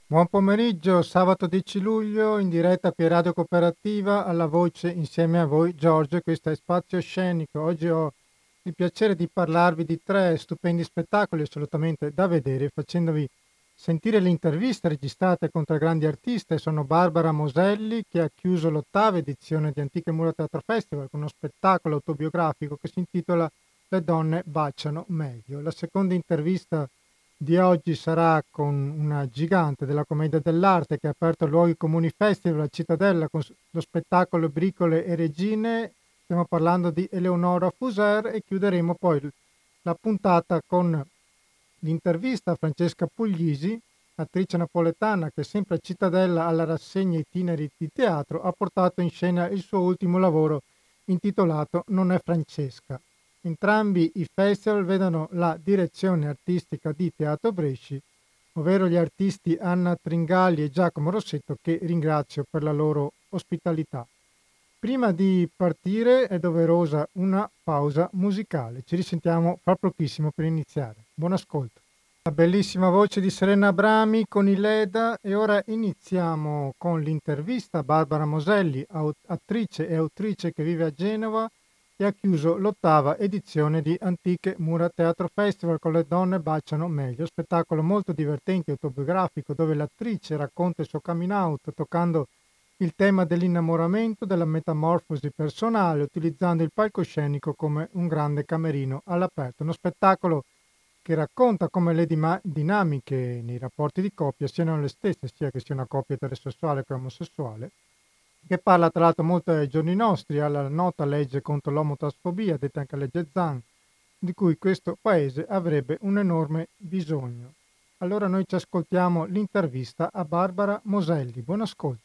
Buon pomeriggio, sabato 10 luglio, in diretta qui a Radio Cooperativa, alla voce insieme a voi Giorgio, questo è Spazio Scenico. Oggi ho il piacere di parlarvi di tre stupendi spettacoli assolutamente da vedere, facendovi sentire le interviste registrate con tre grandi artiste. Sono Barbara Moselli, che ha chiuso l'ottava edizione di Antiche Mura Teatro Festival con uno spettacolo autobiografico che si intitola Le donne baciano meglio. La seconda intervista di oggi sarà con una gigante della commedia dell'arte che ha aperto Luoghi Comuni Festival a Cittadella con lo spettacolo Bricole e Regine. Stiamo parlando di Eleonora Fuser e chiuderemo poi la puntata con l'intervista a Francesca Puglisi, attrice napoletana che sempre a Cittadella alla rassegna Itinerari di teatro ha portato in scena il suo ultimo lavoro intitolato Non è Francesca. Entrambi i festival vedono la direzione artistica di Teatro Bresci, ovvero gli artisti Anna Tringali e Giacomo Rossetto, che ringrazio per la loro ospitalità. Prima di partire è doverosa una pausa musicale. Ci risentiamo fra pochissimo per iniziare. Buon ascolto. La bellissima voce di Serena Abrami con i Leda e ora iniziamo con l'intervista a Barbara Moselli, attrice e autrice che vive a Genova e ha chiuso l'ottava edizione di Antiche Mura Teatro Festival con Le donne baciano meglio, spettacolo molto divertente e autobiografico dove l'attrice racconta il suo coming out toccando il tema dell'innamoramento, della metamorfosi personale, utilizzando il palcoscenico come un grande camerino all'aperto. Uno spettacolo che racconta come le dinamiche nei rapporti di coppia siano le stesse, sia che sia una coppia eterosessuale che omosessuale, che parla tra l'altro molto ai giorni nostri, alla nota legge contro l'omotrasfobia, detta anche legge Zan, di cui questo paese avrebbe un enorme bisogno. Allora noi ci ascoltiamo l'intervista a Barbara Moselli. Buon ascolto.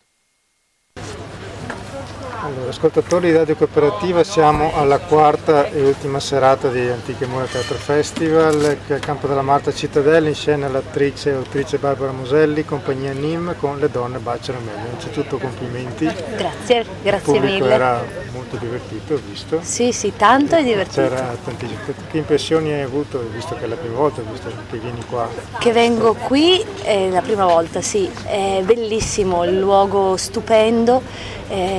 Allora, ascoltatori di Radio Cooperativa, siamo alla quarta e ultima serata di Antiche Mura Teatro Festival, che è al Campo della Marta Cittadella, in scena l'attrice e autrice Barbara Moselli, compagnia NIM con Le donne baciano meglio. Innanzitutto complimenti. Grazie Il pubblico mille. Era molto divertito, ho visto. Sì, tanto è divertito. C'era tantissimo. Che impressioni hai avuto, visto che è la prima volta, visto che vieni qua? Che vengo qui è la prima volta, sì, è bellissimo, il luogo stupendo.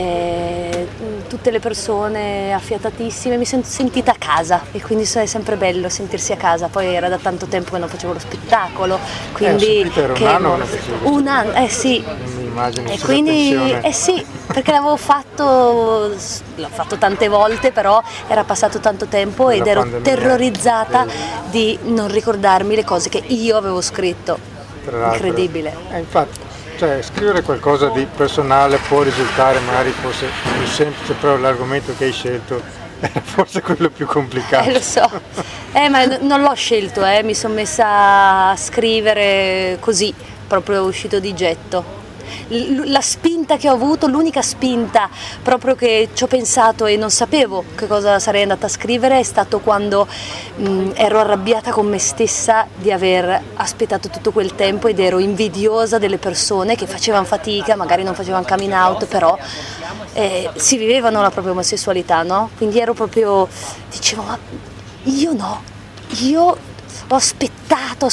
Tutte le persone affiatatissime, mi sono sentita a casa e quindi è sempre bello sentirsi a casa. Poi era da tanto tempo che non facevo lo spettacolo, quindi era un anno che non facevo. Un anno, sì. Immagino, e quindi sì, perché l'ho fatto tante volte, però era passato tanto tempo ed ero terrorizzata di non ricordarmi le cose che io avevo scritto. Incredibile. Infatti, cioè, scrivere qualcosa di personale può risultare magari forse più semplice, però l'argomento che hai scelto era forse quello più complicato. Lo so, ma non l'ho scelto, mi sono messa a scrivere così, proprio uscito di getto. La spinta che ho avuto, l'unica spinta proprio che ci ho pensato e non sapevo che cosa sarei andata a scrivere è stato quando ero arrabbiata con me stessa di aver aspettato tutto quel tempo ed ero invidiosa delle persone che facevano fatica, magari non facevano coming out, però si vivevano la propria omosessualità, no? Quindi ero proprio, dicevo, ma io no, io ho aspettato,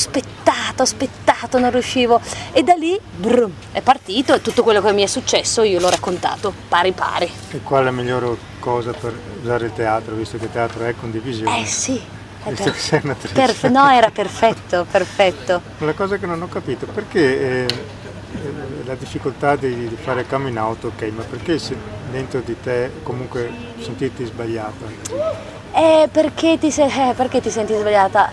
non riuscivo e da lì è partito e tutto quello che mi è successo io l'ho raccontato pari. E qual è la migliore cosa per usare il teatro, visto che il teatro è condivisione? Sì. Visto che sei un'attrice. No, era perfetto. La cosa che non ho capito, perché la difficoltà di fare coming out, ok, ma perché dentro di te comunque sentirti sbagliata? Perché ti senti sbagliata?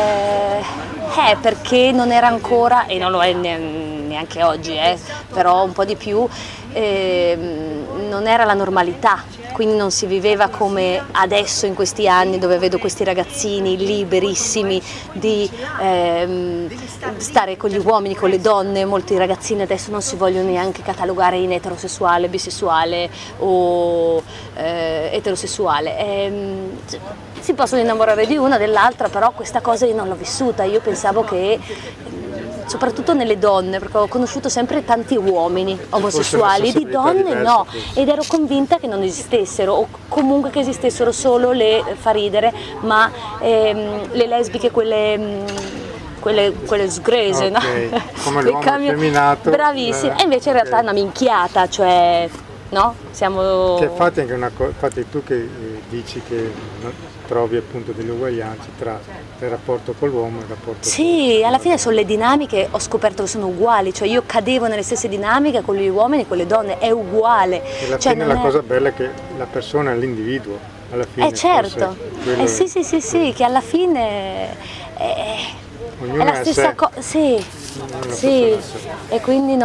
Perché non era ancora, e non lo è neanche oggi, però un po' di più, non era la normalità, quindi non si viveva come adesso in questi anni dove vedo questi ragazzini liberissimi di stare con gli uomini, con le donne. Molti ragazzini adesso non si vogliono neanche catalogare in eterosessuale, bisessuale o eterosessuale. Si possono innamorare di una, dell'altra, però questa cosa io non l'ho vissuta. Io pensavo che, soprattutto nelle donne, perché ho conosciuto sempre tanti uomini omosessuali, di donne no, ed ero convinta che non esistessero, o comunque che esistessero solo le fa ridere, ma le lesbiche, quelle quelle sgrese, no? Come l'uomo effeminato. Bravissimo, e invece in realtà è una minchiata, cioè, no? Siamo... Che infatti anche infatti tu che dici che trovi appunto delle uguaglianze tra il rapporto con l'uomo e il rapporto Sì, alla fine sono le dinamiche, ho scoperto che sono uguali, cioè io cadevo nelle stesse dinamiche con gli uomini e con le donne, è uguale. E alla cioè, fine la cosa bella è che la persona è l'individuo, alla fine. Certo, sì, che alla fine ognuno è la stessa cosa, sì, e quindi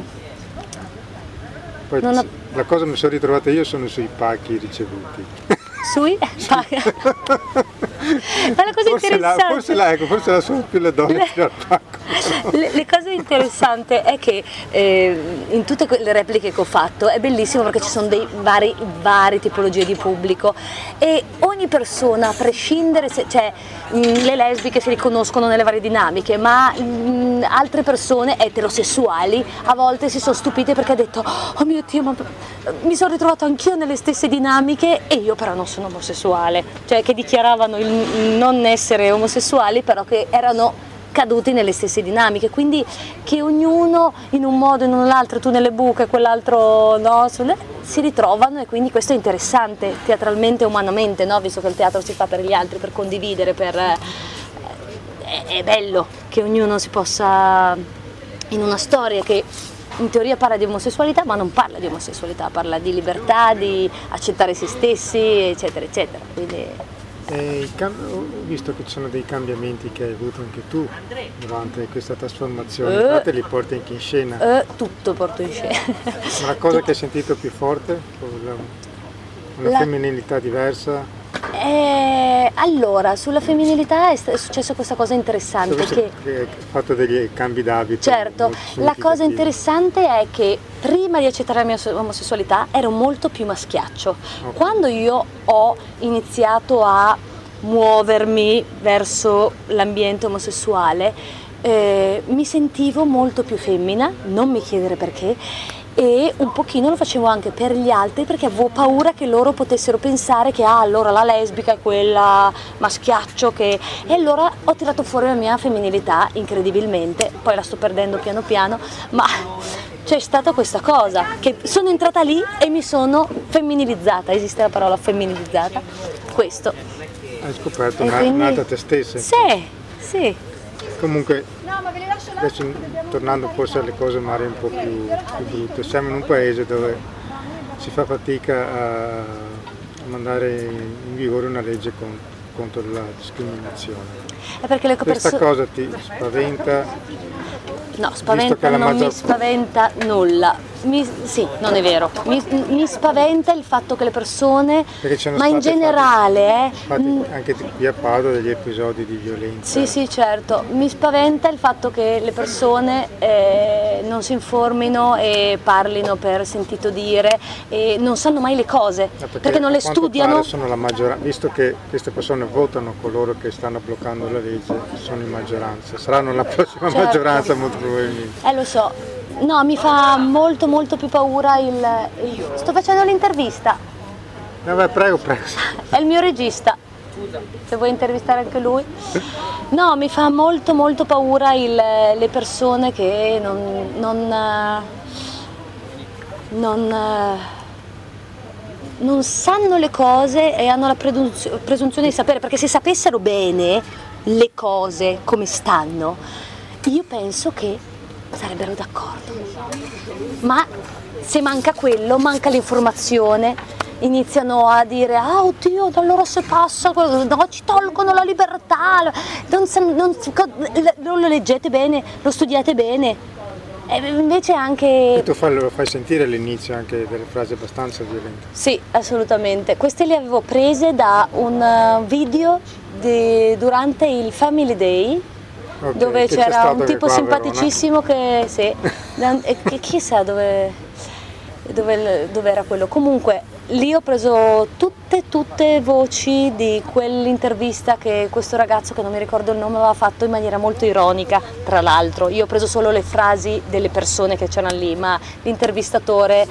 Poi la cosa che mi sono ritrovata io sono sui pacchi ricevuti. Sui? Ma la cosa interessante... Forse la sono più le donne che al pacco. Le cose interessanti è che in tutte le repliche che ho fatto è bellissimo perché ci sono dei varie tipologie di pubblico e ogni persona, a prescindere, cioè le lesbiche si riconoscono nelle varie dinamiche, ma altre persone eterosessuali a volte si sono stupite perché ha detto oh mio Dio, ma mi sono ritrovato anch'io nelle stesse dinamiche e io però non sono omosessuale, cioè che dichiaravano il non essere omosessuali però che erano caduti nelle stesse dinamiche, quindi che ognuno in un modo o in un altro, tu nelle buche, quell'altro no, si ritrovano e quindi questo è interessante teatralmente e umanamente, no? Visto che il teatro si fa per gli altri, per condividere, è bello che ognuno si possa, in una storia che in teoria parla di omosessualità, ma non parla di omosessualità, parla di libertà, di accettare se stessi, eccetera, eccetera. Quindi... ho visto che ci sono dei cambiamenti che hai avuto anche tu durante questa trasformazione, te li porti anche in scena. Tutto porto in scena. Una cosa che hai sentito più forte? Una femminilità diversa? Allora, sulla femminilità è successa questa cosa interessante. Che hai fatto degli cambi d'abito. Certo, la cosa interessante è che prima di accettare la mia omosessualità ero molto più maschiaccio. Okay. Quando io ho iniziato a muovermi verso l'ambiente omosessuale, mi sentivo molto più femmina, non mi chiedere perché, e un pochino lo facevo anche per gli altri perché avevo paura che loro potessero pensare che allora la lesbica è quella maschiaccio e allora ho tirato fuori la mia femminilità incredibilmente, poi la sto perdendo piano piano, ma c'è stata questa cosa che sono entrata lì e mi sono femminilizzata, esiste la parola femminilizzata, questo. Hai scoperto un'altra te stessa? Sì. Comunque, adesso tornando forse alle cose magari un po' più brutte, siamo in un paese dove si fa fatica a mandare in vigore una legge contro la discriminazione. È perché Questa cosa ti spaventa? No, mi spaventa nulla. Sì, non è vero. Mi spaventa il fatto che le persone, ma in generale... anche qui a Padova degli episodi di violenza. Sì, certo. Mi spaventa il fatto che le persone non si informino e parlino per sentito dire e non sanno mai le cose, perché non le studiano. Sono la maggioranza, visto che queste persone votano coloro che stanno bloccando la legge, sono in maggioranza. Saranno la prossima maggioranza molto probabilmente. Lo so. No, mi fa molto più paura Sto facendo l'intervista. Vabbè, prego. È il mio regista. Se vuoi intervistare anche lui. No, mi fa molto paura le persone che non sanno le cose e hanno la presunzione di sapere, perché se sapessero bene le cose come stanno, io penso che sarebbero d'accordo, ma se manca quello, manca l'informazione, iniziano a dire oddio, allora se passa, no, ci tolgono la libertà, non lo leggete bene, lo studiate bene, e invece anche... E tu lo fai sentire all'inizio anche delle frasi abbastanza violente. Sì, assolutamente, queste le avevo prese da un video durante il Family Day. Okay, dove c'era un tipo simpaticissimo che chissà dove era quello. Comunque lì ho preso tutte voci di quell'intervista che questo ragazzo, che non mi ricordo il nome, aveva fatto in maniera molto ironica, tra l'altro. Io ho preso solo le frasi delle persone che c'erano lì, ma l'intervistatore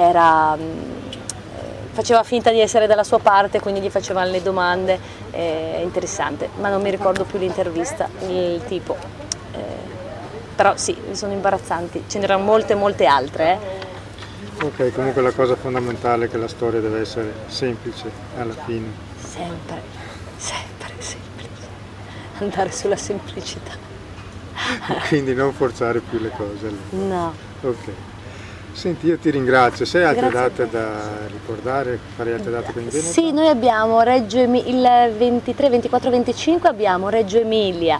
faceva finta di essere dalla sua parte, quindi gli facevano le domande, interessante, ma non mi ricordo più l'intervista, il tipo. però sì, sono imbarazzanti, ce n'erano molte altre. Ok, comunque la cosa fondamentale è che la storia deve essere semplice alla fine. Sempre semplice, andare sulla semplicità. Quindi non forzare più le cose. No. Ok. Senti, io ti ringrazio. Se hai altre Grazie. date da ricordare, farei altre date qui in Veneto? Sì, noi abbiamo il 23, 24, 25 abbiamo Reggio Emilia,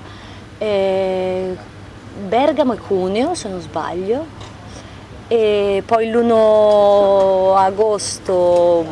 Bergamo e Cuneo se non sbaglio, e poi l'1 agosto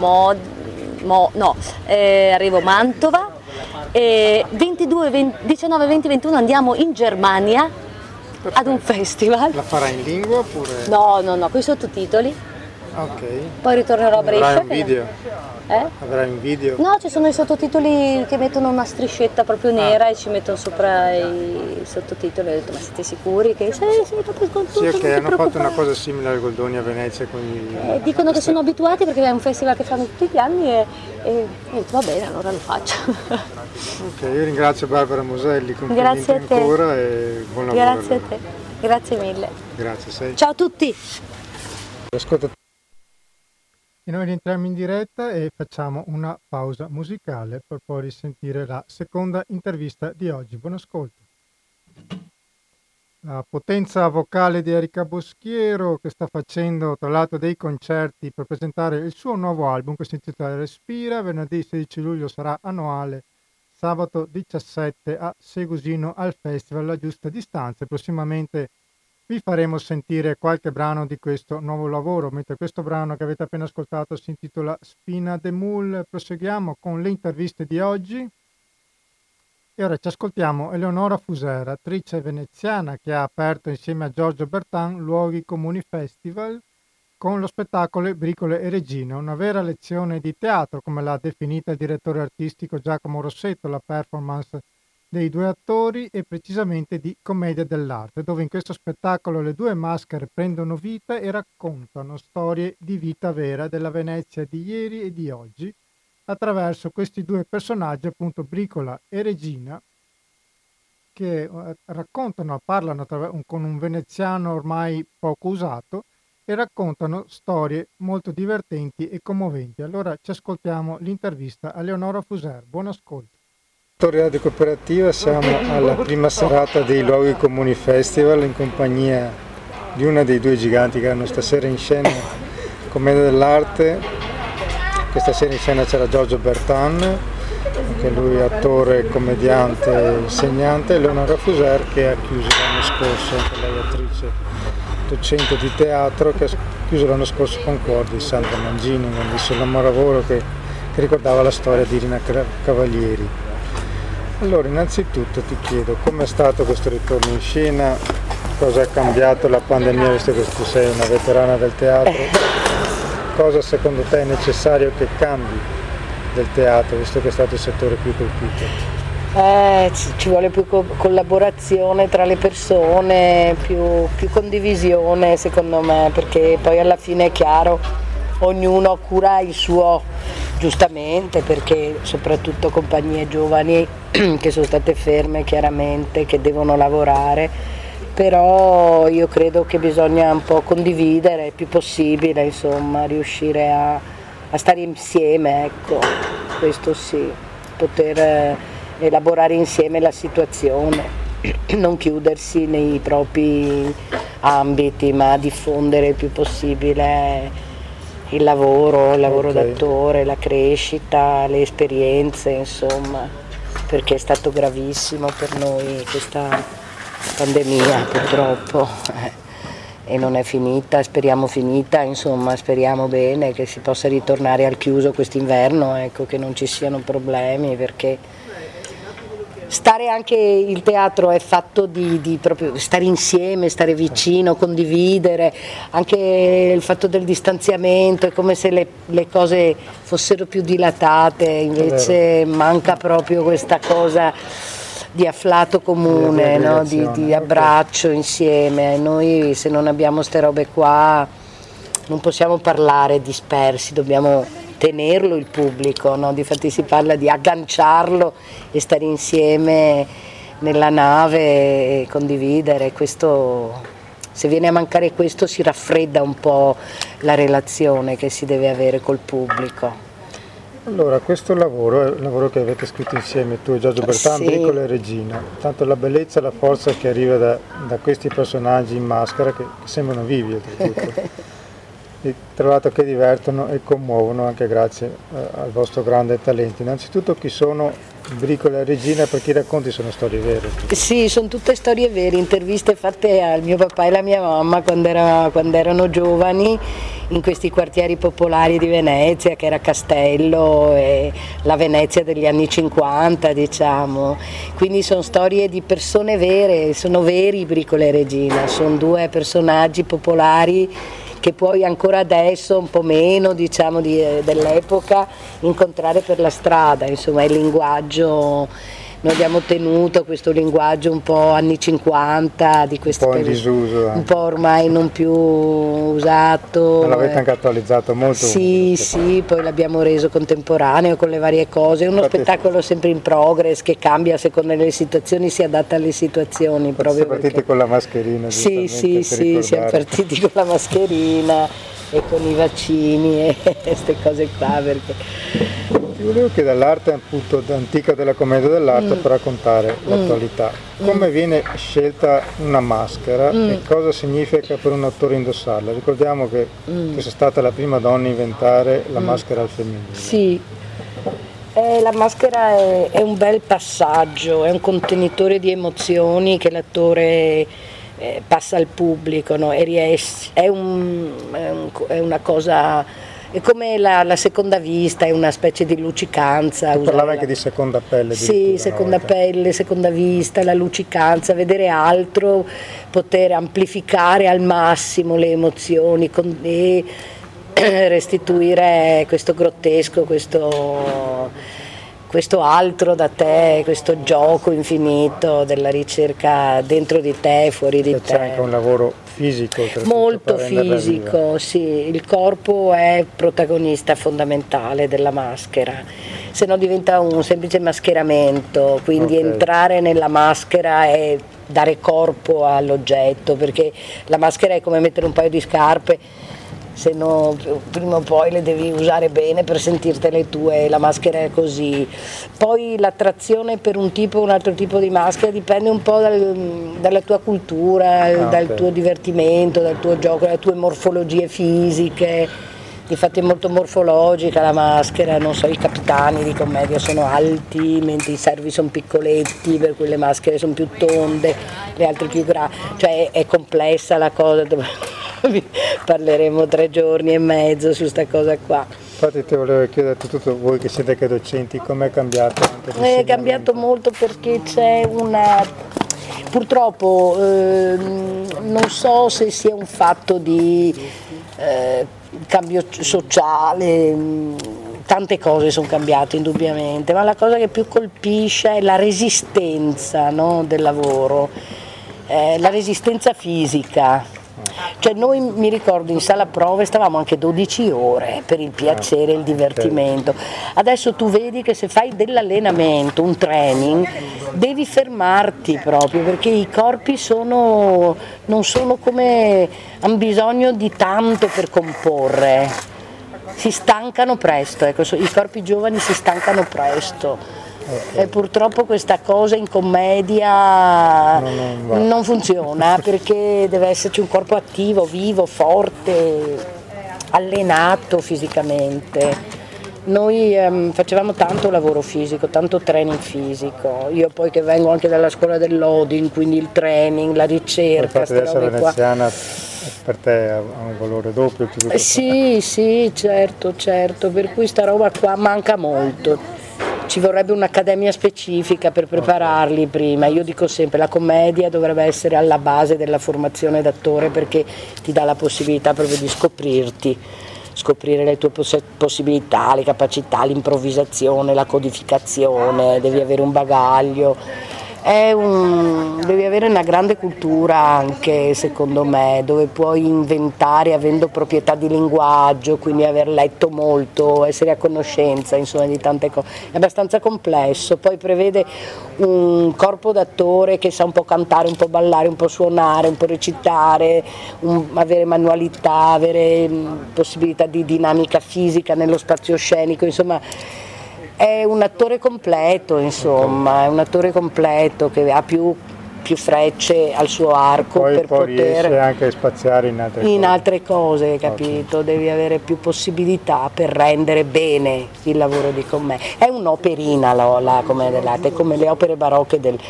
arrivo Mantova, e 19, 20, 21 andiamo in Germania. Perfetto. Ad un festival. La farai in lingua oppure? No, con i sottotitoli. Ok. Poi ritornerò a Brescia. Avrai un video? Avrai un video? No, ci sono i sottotitoli che mettono una striscetta proprio nera e ci mettono sopra i sottotitoli. Ho detto, ma siete sicuri che sì, proprio con tutto? Sì, ok, hanno fatto una cosa simile al Goldoni a Venezia con i... dicono che sono abituati perché è un festival che fanno tutti gli anni e ho detto, va bene, allora lo faccio. Ok, io ringrazio Barbara Moselli, complimenti ancora e buon lavoro. Grazie a te, grazie mille. Grazie. Ciao a tutti. Ascolta. E noi rientriamo in diretta e facciamo una pausa musicale per poi risentire la seconda intervista di oggi. Buon ascolto. La potenza vocale di Erika Boschiero, che sta facendo tra l'altro dei concerti per presentare il suo nuovo album che si intitola Respira. Venerdì 16 luglio sarà annuale, sabato 17 a Segusino al Festival La Giusta Distanza. Prossimamente vi faremo sentire qualche brano di questo nuovo lavoro, mentre questo brano che avete appena ascoltato si intitola Spina de Mul. Proseguiamo con le interviste di oggi e ora ci ascoltiamo Eleonora Fusera, attrice veneziana che ha aperto insieme a Giorgio Bertan Luoghi Comuni Festival con lo spettacolo Bricole e Regine, una vera lezione di teatro, come l'ha definita il direttore artistico Giacomo Rossetto, la performance dei due attori e precisamente di commedia dell'arte, dove in questo spettacolo le due maschere prendono vita e raccontano storie di vita vera della Venezia di ieri e di oggi attraverso questi due personaggi, appunto Bricola e Regina, che parlano con un veneziano ormai poco usato e raccontano storie molto divertenti e commoventi. Allora ci ascoltiamo l'intervista a Eleonora Fuser. Buon ascolto. Radio Cooperativa, siamo alla prima serata dei Luoghi Comuni Festival in compagnia di una dei due giganti che hanno stasera in scena commedia dell'arte. Questa sera in scena c'era Giorgio Bertan, anche lui attore, commediante, insegnante, e Eleonora Fuser che ha chiuso l'anno scorso, anche lei attrice, docente di teatro, che ha chiuso l'anno scorso con Cuor di Sandra Mangini, un grandissimo lavoro che ricordava la storia di Rina Cavalieri. Allora, innanzitutto ti chiedo com'è stato questo ritorno in scena, cosa ha cambiato la pandemia, visto che tu sei una veterana del teatro, cosa secondo te è necessario che cambi del teatro, visto che è stato il settore più colpito? Ci vuole più collaborazione tra le persone, più condivisione secondo me, perché poi alla fine è chiaro, ognuno cura il suo, giustamente, perché soprattutto compagnie giovani che sono state ferme chiaramente, che devono lavorare, però io credo che bisogna un po' condividere il più possibile, insomma, riuscire a stare insieme, ecco, questo sì, poter elaborare insieme la situazione, non chiudersi nei propri ambiti, ma diffondere il più possibile il lavoro okay, d'attore, la crescita, le esperienze, insomma, perché è stato gravissimo per noi questa pandemia purtroppo e non è finita, speriamo finita, insomma, speriamo bene che si possa ritornare al chiuso quest'inverno, ecco, che non ci siano problemi, perché stare anche, il teatro è fatto di proprio stare insieme, stare vicino, condividere, anche il fatto del distanziamento, è come se le cose fossero più dilatate, invece manca proprio questa cosa di afflato comune, no? di abbraccio insieme. Noi se non abbiamo ste robe qua non possiamo parlare dispersi, dobbiamo tenerlo il pubblico, no? Difatti si parla di agganciarlo e stare insieme nella nave e condividere. Questo, se viene a mancare questo, si raffredda un po' la relazione che si deve avere col pubblico. Allora, questo lavoro è un lavoro che avete scritto insieme tu e Giorgio Bertan, Sì. Bricola e Regina. Tanto la bellezza e la forza che arriva da questi personaggi in maschera che sembrano vivi oltretutto. E tra l'altro che divertono e commuovono anche grazie al vostro grande talento. Innanzitutto chi sono Bricola e Regina, perché i racconti sono storie vere. Sì, sono tutte storie vere, interviste fatte al mio papà e alla mia mamma quando erano giovani in questi quartieri popolari di Venezia, che era Castello e la Venezia degli anni 50, diciamo. Quindi sono storie di persone vere, sono veri Bricola e Regina, sono due personaggi popolari che puoi ancora adesso, un po' meno diciamo dell'epoca, incontrare per la strada. Insomma il linguaggio, noi abbiamo tenuto questo linguaggio un po' anni 50, di questo un po' in disuso, un po' ormai non più usato. Ma l'avete anche attualizzato molto. Sì, poi l'abbiamo reso contemporaneo con le varie cose, è uno spettacolo sempre in progress che cambia a seconda delle situazioni, si adatta alle situazioni. Proprio siete partiti con la mascherina. Sì, siamo partiti con la mascherina e con i vaccini e queste cose qua, perché... Ti volevo chiedere, l'arte appunto antica della commedia dell'arte per raccontare l'attualità. Come viene scelta una maschera e cosa significa per un attore indossarla? Ricordiamo che sei stata la prima donna a inventare la maschera al femminile. Sì, la maschera è un bel passaggio, è un contenitore di emozioni che l'attore passa al pubblico, no? E è una cosa... È come la seconda vista, è una specie di luccicanza. Parlava anche di seconda pelle. Sì, seconda pelle, seconda vista, la luccicanza, vedere altro, poter amplificare al massimo le emozioni e restituire questo grottesco, questo altro da te, questo gioco infinito della ricerca dentro di te, fuori di te. C'è anche un lavoro fisico. Molto fisico, sì, il corpo è protagonista fondamentale della maschera, se no diventa un semplice mascheramento, quindi entrare nella maschera è dare corpo all'oggetto, perché la maschera è come mettere un paio di scarpe, se no prima o poi le devi usare bene per sentirtele tue, la maschera è così. Poi l'attrazione per un tipo o un altro tipo di maschera dipende un po' dalla tua cultura, dal tuo divertimento, dal tuo gioco, dalle tue morfologie fisiche. Infatti è molto morfologica la maschera, non so, i capitani di commedia sono alti, mentre i servi sono piccoletti, per cui le maschere sono più tonde, le altre più grandi, cioè è complessa la cosa. Parleremo 3 giorni e mezzo su sta cosa qua. Infatti ti volevo chiedere tutto voi che siete anche docenti, com'è cambiato anche È cambiato molto perché c'è una... Purtroppo non so se sia un fatto di cambio sociale, tante cose sono cambiate indubbiamente, ma la cosa che più colpisce è la resistenza, no, del lavoro, la resistenza fisica. Cioè noi, mi ricordo, in sala prove stavamo anche 12 ore per il piacere e il divertimento. Adesso tu vedi che se fai dell'allenamento, un training, devi fermarti proprio, perché i corpi non sono come, hanno bisogno di tanto per comporre, si stancano presto, ecco, i corpi giovani si stancano presto. E purtroppo questa cosa in commedia non funziona, perché deve esserci un corpo attivo, vivo, forte, allenato fisicamente. Noi facevamo tanto lavoro fisico, tanto training fisico. Io poi che vengo anche dalla scuola dell'Odin, quindi il training, la ricerca, queste robe qua. Veneziana per te ha un valore doppio? Sì, certo, per cui sta roba qua manca molto. Ci vorrebbe un'accademia specifica per prepararli prima. Io dico sempre, la commedia dovrebbe essere alla base della formazione d'attore, perché ti dà la possibilità proprio di scoprire le tue possibilità, le capacità, l'improvvisazione, la codificazione, devi avere un bagaglio. Devi avere una grande cultura anche, secondo me, dove puoi inventare avendo proprietà di linguaggio, quindi aver letto molto, essere a conoscenza, insomma, di tante cose. È abbastanza complesso, poi prevede un corpo d'attore che sa un po' cantare, un po' ballare, un po' suonare, un po' recitare, avere manualità, avere possibilità di dinamica fisica nello spazio scenico, insomma. È un attore completo, insomma, è un attore completo che ha più frecce al suo arco poi per poter riesce anche a spaziare in altre cose, capito? Devi avere più possibilità per rendere bene il lavoro di commedia. È un'operina la commedia dell'arte, come le opere barocche del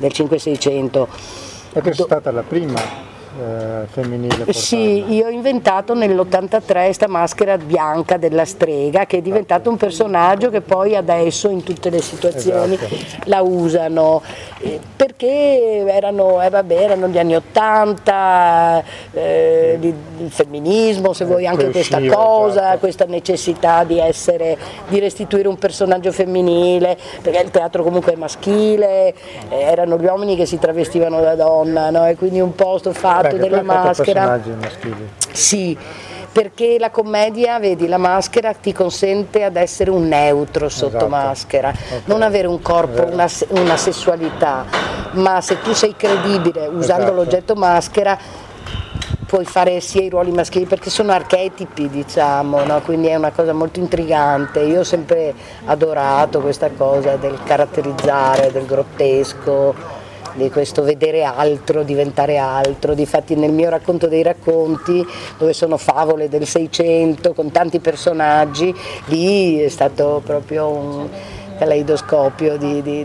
5-600. E tu sei stata la prima femminile portata. Sì, io ho inventato nell'83 questa maschera bianca della strega, che è diventato un personaggio che poi adesso in tutte le situazioni la usano, perché erano gli anni 80, il femminismo, se vuoi, anche questa cosa, questa necessità di restituire un personaggio femminile, perché il teatro comunque è maschile, erano gli uomini che si travestivano da donna, no? E quindi un po' sto fatto della maschera. Personaggi maschili. Sì, perché la commedia, vedi, la maschera ti consente ad essere un neutro sotto maschera, non avere un corpo, una sessualità, ma se tu sei credibile usando l'oggetto maschera puoi fare sia i ruoli maschili, perché sono archetipi, diciamo, no? Quindi è una cosa molto intrigante. Io ho sempre adorato questa cosa del caratterizzare, del grottesco, di questo vedere altro, diventare altro. Difatti nel mio racconto dei racconti, dove sono favole del 600 con tanti personaggi, lì è stato proprio un caleidoscopio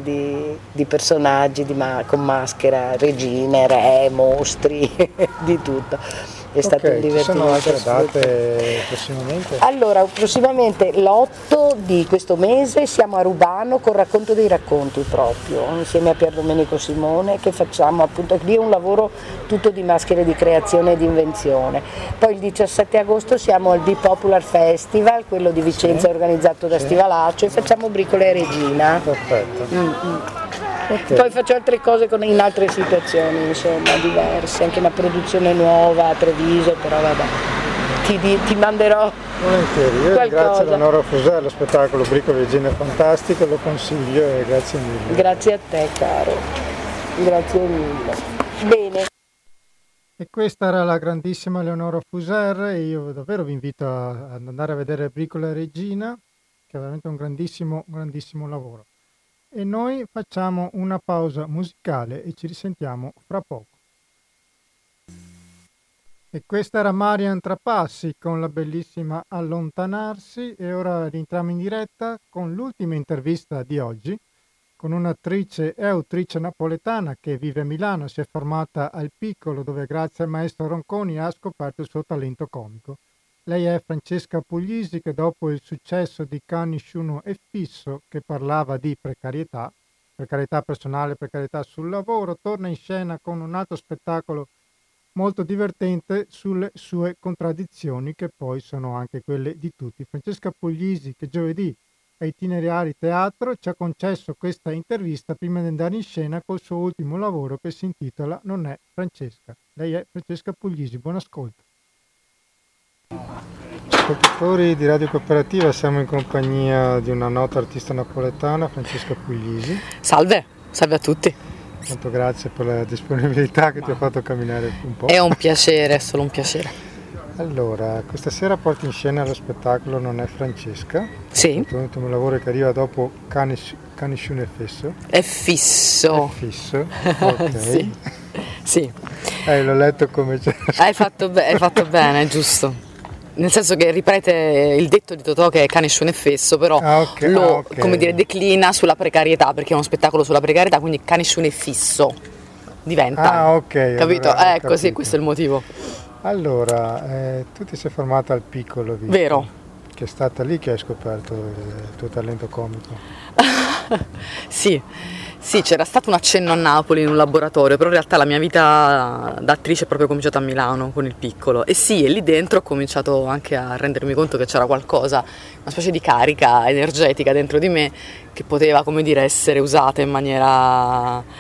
di personaggi con maschera, regine, re, mostri, di tutto. È stato un divertimento. Ci sono altre date prossimamente? Allora, prossimamente l'8 di questo mese siamo a Rubano con Racconto dei racconti proprio, insieme a Pier Domenico Simone, che facciamo appunto, lì è un lavoro tutto di maschere di creazione e di invenzione. Poi il 17 agosto siamo al B-Popular Festival, quello di Vicenza organizzato da Stivalaccio, e facciamo Bricole e Regina. Perfetto. Poi faccio altre cose in altre situazioni, insomma, diverse, anche una produzione nuova a Treviso, però vabbè, ti manderò volentieri. Io qualcosa. Ringrazio Eleonora Fusè, lo spettacolo Bricole e Regine è fantastico, lo consiglio e grazie mille. Grazie a te, caro, grazie mille. Bene. E questa era la grandissima Eleonora Fuser, e io davvero vi invito ad andare a vedere Bricole e Regina, che è veramente un grandissimo lavoro. E noi facciamo una pausa musicale e ci risentiamo fra poco. E questa era Marian Trapassi con la bellissima Allontanarsi, e ora rientriamo in diretta con l'ultima intervista di oggi con un'attrice e autrice napoletana che vive a Milano, si è formata al Piccolo, dove grazie al maestro Ronconi ha scoperto il suo talento comico. Lei è Francesca Puglisi, che dopo il successo di Canisciuno e Fisso, che parlava di precarietà personale, precarietà sul lavoro, torna in scena con un altro spettacolo molto divertente sulle sue contraddizioni, che poi sono anche quelle di tutti. Francesca Puglisi, che giovedì a Itinerari Teatro ci ha concesso questa intervista prima di andare in scena col suo ultimo lavoro, che si intitola Non è Francesca. Lei è Francesca Puglisi, buon ascolto. Ascoltatori di Radio Cooperativa, siamo in compagnia di una nota artista napoletana, Francesca Puglisi. Salve a tutti. Molto grazie per la disponibilità che ti ha fatto camminare un po'. È un piacere, è solo un piacere. Allora, questa sera porti in scena lo spettacolo Non è Francesca. Sì. Il tuo ultimo lavoro che arriva dopo Canisciuno e Fisso. È fisso. È fisso, ok. Sì. L'ho letto come c'era. Hai fatto bene, giusto. Nel senso che ripete il detto di Totò, che è Canisciuno e Fisso, però come dire, declina sulla precarietà, perché è uno spettacolo sulla precarietà, quindi Canisciuno e Fisso diventa. Ok. Capito? Allora, così, questo è il motivo. Allora, tu ti sei formata al Piccolo, visto? Vero. Che è stata lì che hai scoperto il tuo talento comico. Sì, c'era stato un accenno a Napoli in un laboratorio, però in realtà la mia vita da attrice è proprio cominciata a Milano con il Piccolo. E lì dentro ho cominciato anche a rendermi conto che c'era qualcosa, una specie di carica energetica dentro di me che poteva, come dire, essere usata in maniera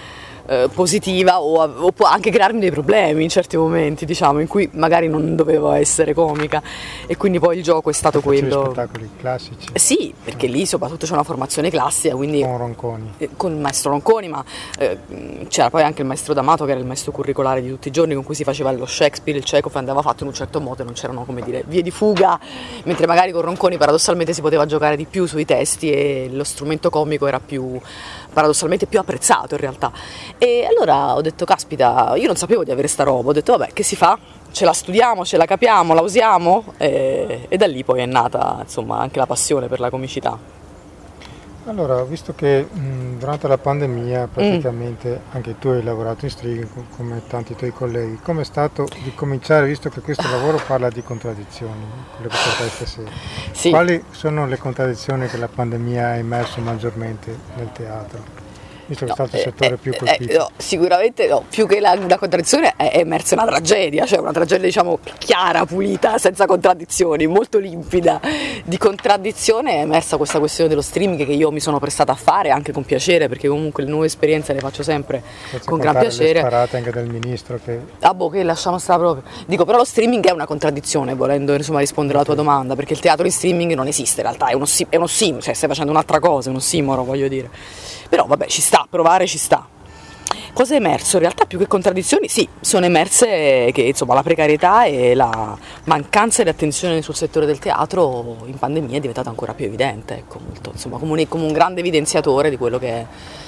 positiva o può anche crearmi dei problemi in certi momenti, diciamo, in cui magari non dovevo essere comica, e quindi poi il gioco è stato quello. Spettacoli classici? Sì, perché lì soprattutto c'è una formazione classica, quindi con Ronconi. Con il maestro Ronconi, ma c'era poi anche il maestro D'Amato, che era il maestro curricolare di tutti i giorni, con cui si faceva lo Shakespeare, il Chekhov, andava fatto in un certo modo e non c'erano, come dire, vie di fuga, mentre magari con Ronconi paradossalmente si poteva giocare di più sui testi e lo strumento comico era paradossalmente più apprezzato in realtà. E allora ho detto, caspita, io non sapevo di avere sta roba, ho detto vabbè, che si fa? Ce la studiamo, ce la capiamo, la usiamo, e da lì poi è nata, insomma, anche la passione per la comicità. Allora, ho visto che durante la pandemia praticamente anche tu hai lavorato in streaming come tanti tuoi colleghi. Com'è stato di cominciare, visto che questo lavoro parla di contraddizioni, quello che portai stasera? Sì. Quali sono le contraddizioni che la pandemia ha emerso maggiormente nel teatro? Visto che è stato il settore più colpito. No, sicuramente no, più che la contraddizione è emersa una tragedia, cioè una tragedia diciamo chiara, pulita, senza contraddizioni, molto limpida. Di contraddizione è emersa questa questione dello streaming, che io mi sono prestata a fare anche con piacere, perché comunque le nuove esperienze le faccio sempre con gran piacere. Le sparate anche del ministro che... che lasciamo stare proprio. Dico, però lo streaming è una contraddizione, volendo insomma rispondere alla tua domanda, perché il teatro in streaming non esiste in realtà, è uno sim, cioè stai facendo un'altra cosa, è un ossimoro, voglio dire. Però vabbè, ci sta, provare ci sta. Cosa è emerso? In realtà più che contraddizioni, sì, sono emerse che insomma la precarietà e la mancanza di attenzione sul settore del teatro in pandemia è diventata ancora più evidente, ecco, molto, insomma, come un grande evidenziatore di quello che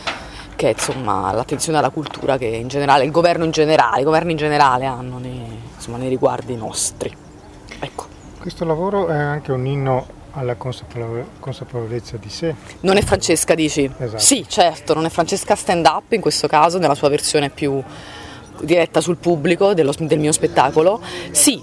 è insomma l'attenzione alla cultura che in generale, i governi in generale hanno nei riguardi nostri. Ecco. Questo lavoro è anche un inno alla consapevolezza di sé. Non è Francesca, dici? Esatto. Sì, certo, non è Francesca stand up in questo caso, nella sua versione più diretta sul pubblico del mio spettacolo. Sì,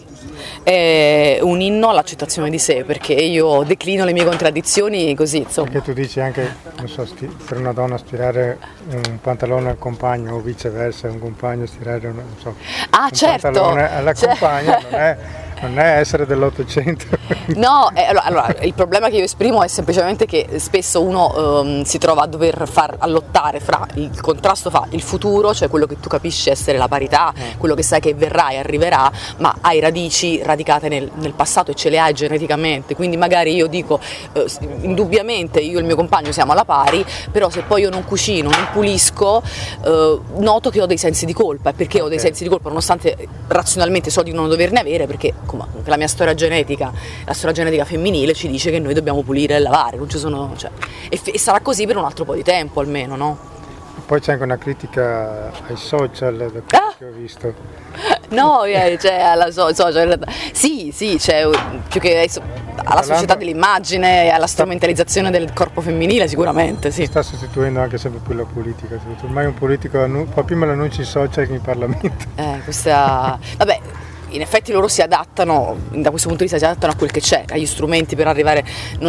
è un inno all'accettazione di sé, perché io declino le mie contraddizioni così, insomma. Perché tu dici anche, non so, per una donna stirare un pantalone al compagno o viceversa, un compagno stirare un pantalone alla compagna non è essere dell'Ottocento. No, allora il problema che io esprimo è semplicemente che spesso uno si trova a dover lottare fra il contrasto fra il futuro, cioè quello che tu capisci essere la parità, quello che sai che verrà e arriverà, ma hai radici radicate nel passato e ce le hai geneticamente, quindi magari io dico indubbiamente io e il mio compagno siamo alla pari, però se poi io non cucino, non pulisco, noto che ho dei sensi di colpa. E perché ho dei sensi di colpa, nonostante razionalmente so di non doverne avere, perché la mia storia genetica, la storia genetica femminile ci dice che noi dobbiamo pulire e lavare, non ci sono, cioè, e sarà così per un altro po' di tempo almeno, no? Poi c'è anche una critica ai social, da quello che ho visto. No, cioè alla social, sì, c'è più che alla società dell'immagine e alla strumentalizzazione del corpo femminile, sicuramente, sì. Sta sostituendo anche sempre più la politica, ormai un politico fa prima l'annuncio in social che in Parlamento. Vabbè, in effetti loro si adattano, da questo punto di vista si adattano a quel che c'è, agli strumenti per arrivare,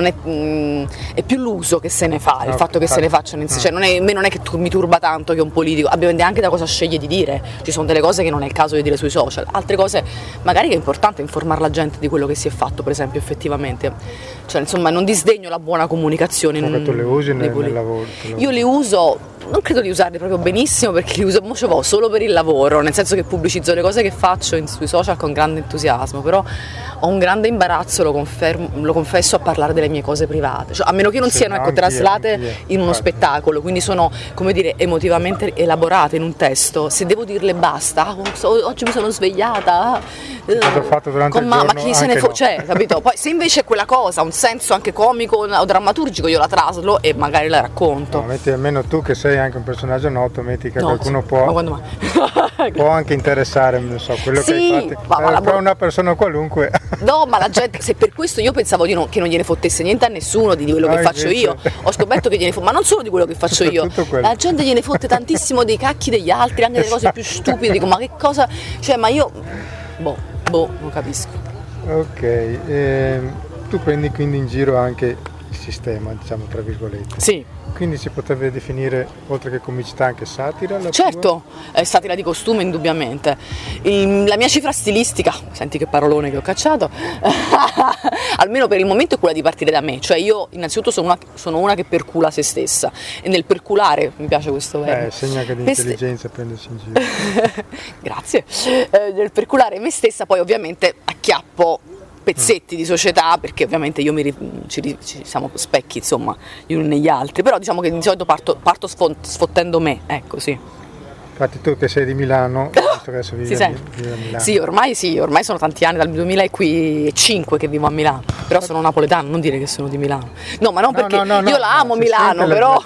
è più l'uso che se ne fa, il fatto che se ne facciano, cioè non è che mi turba tanto che un politico, dipende anche da cosa sceglie di dire, ci sono delle cose che non è il caso di dire sui social, altre cose magari che è importante informare la gente di quello che si è fatto, per esempio, effettivamente, cioè insomma non disdegno la buona comunicazione. Come tu le usi nel lavoro? Io le uso, non credo di usarli proprio benissimo, perché li uso solo per il lavoro, nel senso che pubblicizzo le cose che faccio sui social con grande entusiasmo, però ho un grande imbarazzo, lo confesso, a parlare delle mie cose private, cioè, a meno che non siano traslate in uno spettacolo, quindi sono, come dire, emotivamente elaborate in un testo. Se devo dirle basta, oggi mi sono svegliata, cosa ho fatto durante il giorno, ma chi se ne cioè, capito? Poi se invece quella cosa ha un senso anche comico o drammaturgico, io la traslo e magari la racconto. No, metti almeno tu che sei anche un personaggio noto, metti che qualcuno può anche interessare, non so, quello che hai fatto, per una persona qualunque. No, ma la gente, se per questo io pensavo che non gliene fottesse niente a nessuno di quello che faccio io, ho scoperto che gliene fotte, ma non solo di quello che faccio io, la gente gliene fotte tantissimo dei cacchi degli altri, anche delle cose più stupide, dico ma che cosa, cioè ma io, non capisco. Ok, tu prendi quindi in giro anche antisistema, diciamo tra virgolette. Sì. Quindi si potrebbe definire, oltre che comicità, anche satira? Certo, è satira di costume indubbiamente. La mia cifra stilistica, senti che parolone che ho cacciato, almeno per il momento è quella di partire da me, cioè io innanzitutto sono una che percula se stessa e nel perculare, mi piace questo verbo. Segna che di intelligenza prendersi in giro. Grazie. Nel perculare me stessa poi ovviamente acchiappo pezzetti di società, perché ovviamente ci siamo specchi, insomma, gli uni negli altri, però diciamo che di solito parto sfottendo me, ecco, sì. Infatti tu che sei di Milano, visto che adesso vivi a Milano. Sì, ormai sono tanti anni, dal 2005 che vivo a Milano, però sono napoletano, non dire che sono di Milano. No, ma non perché io la amo Milano, però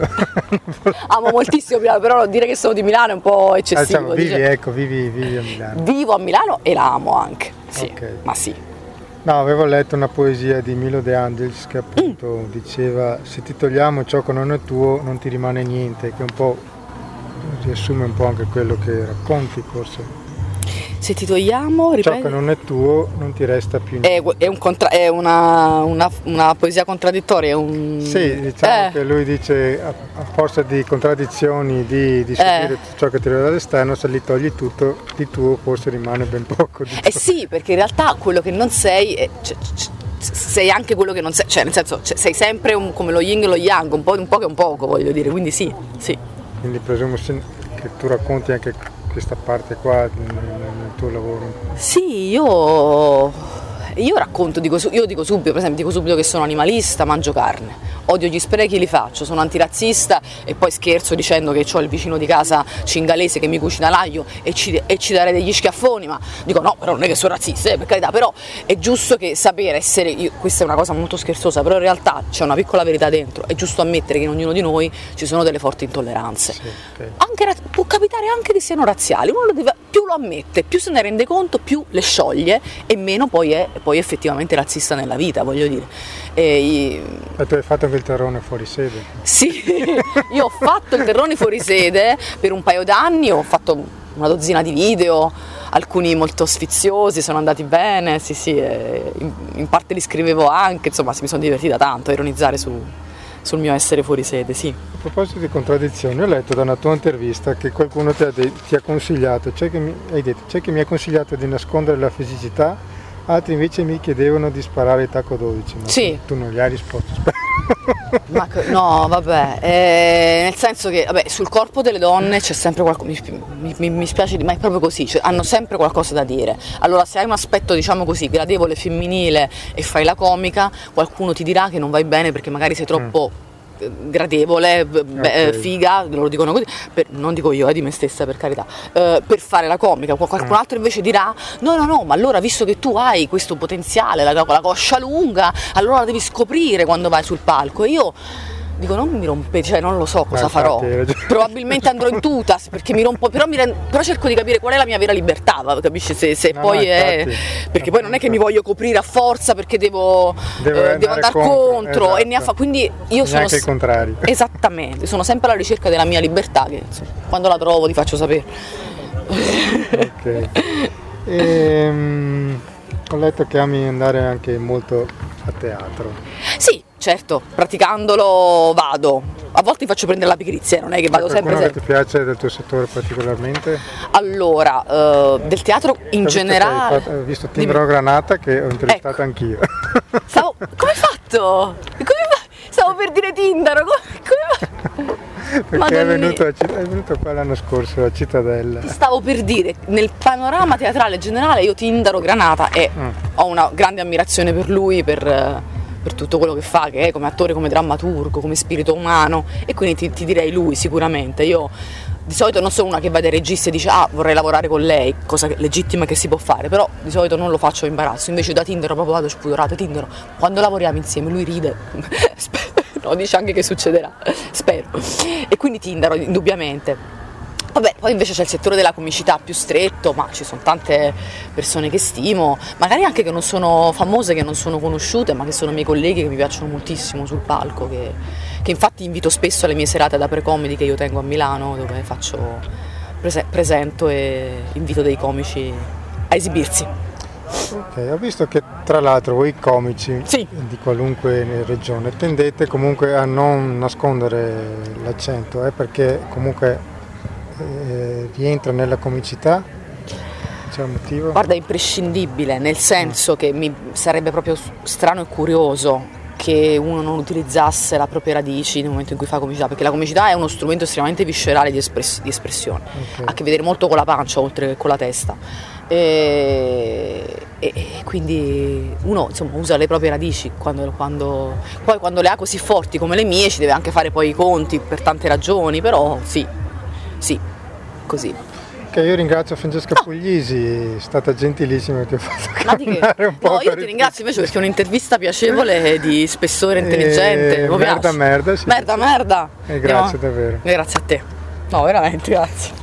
amo moltissimo Milano, però dire che sono di Milano è un po' eccessivo. Diciamo, vivi a Milano. Vivo a Milano e la amo anche, sì, okay. Ma sì. No, avevo letto una poesia di Milo De Angelis che appunto diceva: se ti togliamo ciò che non è tuo non ti rimane niente, che un po' riassume un po' anche quello che racconti forse. Se ti togliamo, ciò che non è tuo non ti resta più niente. È una poesia contraddittoria. Sì, diciamo che lui dice a forza di contraddizioni, di subire ciò che ti arriva dall'esterno, se li togli tutto, di tuo forse rimane ben poco. Sì, perché in realtà quello che non sei sei anche quello che non sei, cioè nel senso sei sempre come lo yin e lo yang, un po' che un poco, voglio dire, quindi sì. Quindi presumo che tu racconti anche questa parte qua nel tuo lavoro. Sì, io racconto, dico subito, per esempio, che sono animalista, mangio carne, odio gli sprechi, li faccio, sono antirazzista e poi scherzo dicendo che ho il vicino di casa cingalese che mi cucina l'aglio e ci darei degli schiaffoni, ma dico no, però non è che sono razzista, per carità, però è giusto che sapere questa è una cosa molto scherzosa, però in realtà c'è una piccola verità dentro, è giusto ammettere che in ognuno di noi ci sono delle forti intolleranze. Sì, okay. Può capitare anche che siano razziali, più lo ammette, più se ne rende conto, più le scioglie e meno poi è effettivamente razzista nella vita, voglio dire. E tu hai fatto anche il terrone fuori sede? Sì, io ho fatto il terrone fuori sede per un paio d'anni, ho fatto una dozzina di video, alcuni molto sfiziosi, sono andati bene, sì, in parte li scrivevo anche, insomma mi sono divertita tanto a ironizzare sul mio essere fuori sede, sì. A proposito di contraddizioni, ho letto da una tua intervista che qualcuno ti ha consigliato, hai detto, c'è chi mi ha consigliato di nascondere la fisicità, altri invece mi chiedevano di sparare il tacco 12, ma sì. Tu non gli hai risposto, spero. No, vabbè, nel senso che sul corpo delle donne c'è sempre qualcosa, mi spiace, ma è proprio così, cioè, hanno sempre qualcosa da dire. Allora se hai un aspetto, diciamo così, gradevole, femminile e fai la comica, qualcuno ti dirà che non vai bene perché magari sei troppo gradevole, okay. Figa, lo dicono così, non dico io, di me stessa, per carità, per fare la comica. Qualcun altro invece dirà no, ma allora visto che tu hai questo potenziale, la coscia lunga, allora la devi scoprire quando vai sul palco. E io dico non mi rompete, cioè non lo so cosa farò, probabilmente andrò in tuta perché mi rompo, però cerco di capire qual è la mia vera libertà, capisci? Se no, poi è perché poi non è che mi voglio coprire a forza perché devo andare contro esatto. E ne quindi io sono il contrario. Esattamente, sono sempre alla ricerca della mia libertà, che quando la trovo ti faccio sapere. Ok. Ho letto che ami andare anche molto a teatro. Sì, certo, praticandolo vado. A volte faccio prendere la pigrizia, non è che vado sempre. Che ti piace del tuo settore particolarmente? Allora, del teatro in generale. Ho visto Timbro Granata che ho intervistato anch'io. Come hai fatto? Stavo per dire Tindaro, come perché è venuto qua l'anno scorso a Cittadella. Stavo per dire, nel panorama teatrale generale io Tindaro Granata e ho una grande ammirazione per lui, per tutto quello che fa, che è come attore, come drammaturgo, come spirito umano, e quindi ti direi lui sicuramente. Io di solito non sono una che va dai registi e dice vorrei lavorare con lei, cosa legittima che si può fare, però di solito non lo faccio imbarazzo. Invece da Tindaro proprio vado spudorata. Tindaro, quando lavoriamo insieme lui ride. No, dice anche che succederà, spero. E quindi Tindaro indubbiamente. Vabbè, poi invece c'è il settore della comicità più stretto, ma ci sono tante persone che stimo, magari anche che non sono famose, che non sono conosciute, ma che sono miei colleghi che mi piacciono moltissimo sul palco, che infatti invito spesso alle mie serate da pre-comedy che io tengo a Milano, dove presento e invito dei comici a esibirsi. Ok, ho visto che tra l'altro voi comici sì. di qualunque regione tendete comunque a non nascondere l'accento, perché comunque rientra nella comicità, c'è un motivo? Guarda, è imprescindibile, nel senso che mi sarebbe proprio strano e curioso che uno non utilizzasse le proprie radici nel momento in cui fa comicità, perché la comicità è uno strumento estremamente viscerale di espressione, Okay. ha a che vedere molto con la pancia oltre che con la testa. E quindi uno insomma usa le proprie radici poi quando le ha così forti come le mie ci deve anche fare poi i conti per tante ragioni, però sì, così. Ok, io ringrazio Francesca Puglisi, è stata gentilissima che ti ho fatto Ma di che? camminare un po'. No, io ti ringrazio invece perché è un'intervista piacevole di spessore intelligente. Mi piace. Merda, sì. Merda. Grazie davvero. Grazie a te. No, veramente, grazie.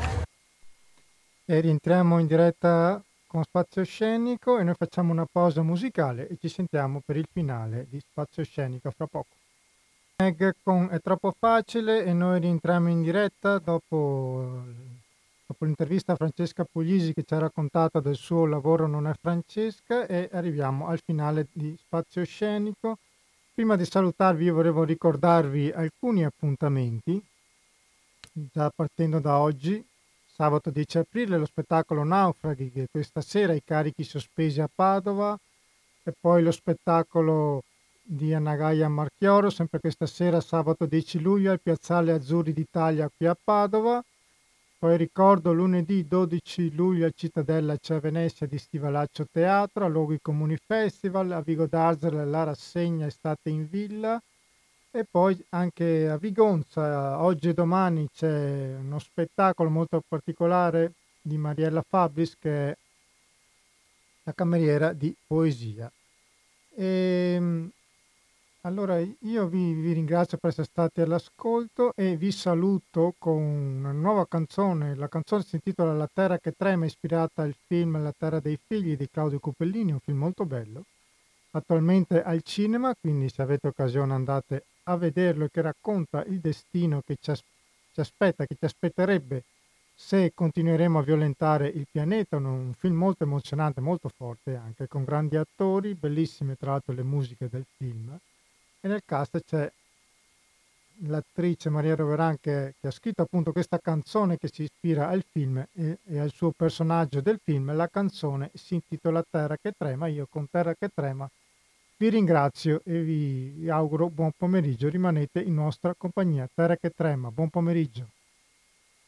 E rientriamo in diretta con Spazio Scenico e noi facciamo una pausa musicale e ci sentiamo per il finale di Spazio Scenico fra poco. Meg con È troppo facile e noi rientriamo in diretta dopo l'intervista a Francesca Puglisi che ci ha raccontato del suo lavoro Non è Francesca e arriviamo al finale di Spazio Scenico. Prima di salutarvi io volevo ricordarvi alcuni appuntamenti, già partendo da oggi. Sabato 10 aprile lo spettacolo Naufraghi, che questa sera i carichi sospesi a Padova, e poi lo spettacolo di Annagaia Marchioro, sempre questa sera sabato 10 luglio al Piazzale Azzurri d'Italia qui a Padova. Poi ricordo lunedì 12 luglio a Cittadella c'è Venezia di Stivalaccio Teatro, a Luoghi Comuni Festival, a Vigo d'Arzela la rassegna Estate in Villa. E poi anche a Vigonza, oggi e domani c'è uno spettacolo molto particolare di Mariella Fabris, che è la cameriera di poesia. Allora io vi ringrazio per essere stati all'ascolto e vi saluto con una nuova canzone. La canzone si intitola La terra che trema, ispirata al film La terra dei figli di Claudio Cupellini, un film molto bello, attualmente al cinema, quindi se avete occasione andate a vederlo, che racconta il destino che ci aspetta, che ci aspetterebbe se continueremo a violentare il pianeta. Un film molto emozionante, molto forte anche, con grandi attori, bellissime tra l'altro le musiche del film, e nel cast c'è l'attrice Maria Roveran che ha scritto appunto questa canzone che si ispira al film e al suo personaggio del film. La canzone si intitola Terra che trema. Io con Terra che trema vi ringrazio e vi auguro buon pomeriggio, rimanete in nostra compagnia. Terra che trema, buon pomeriggio.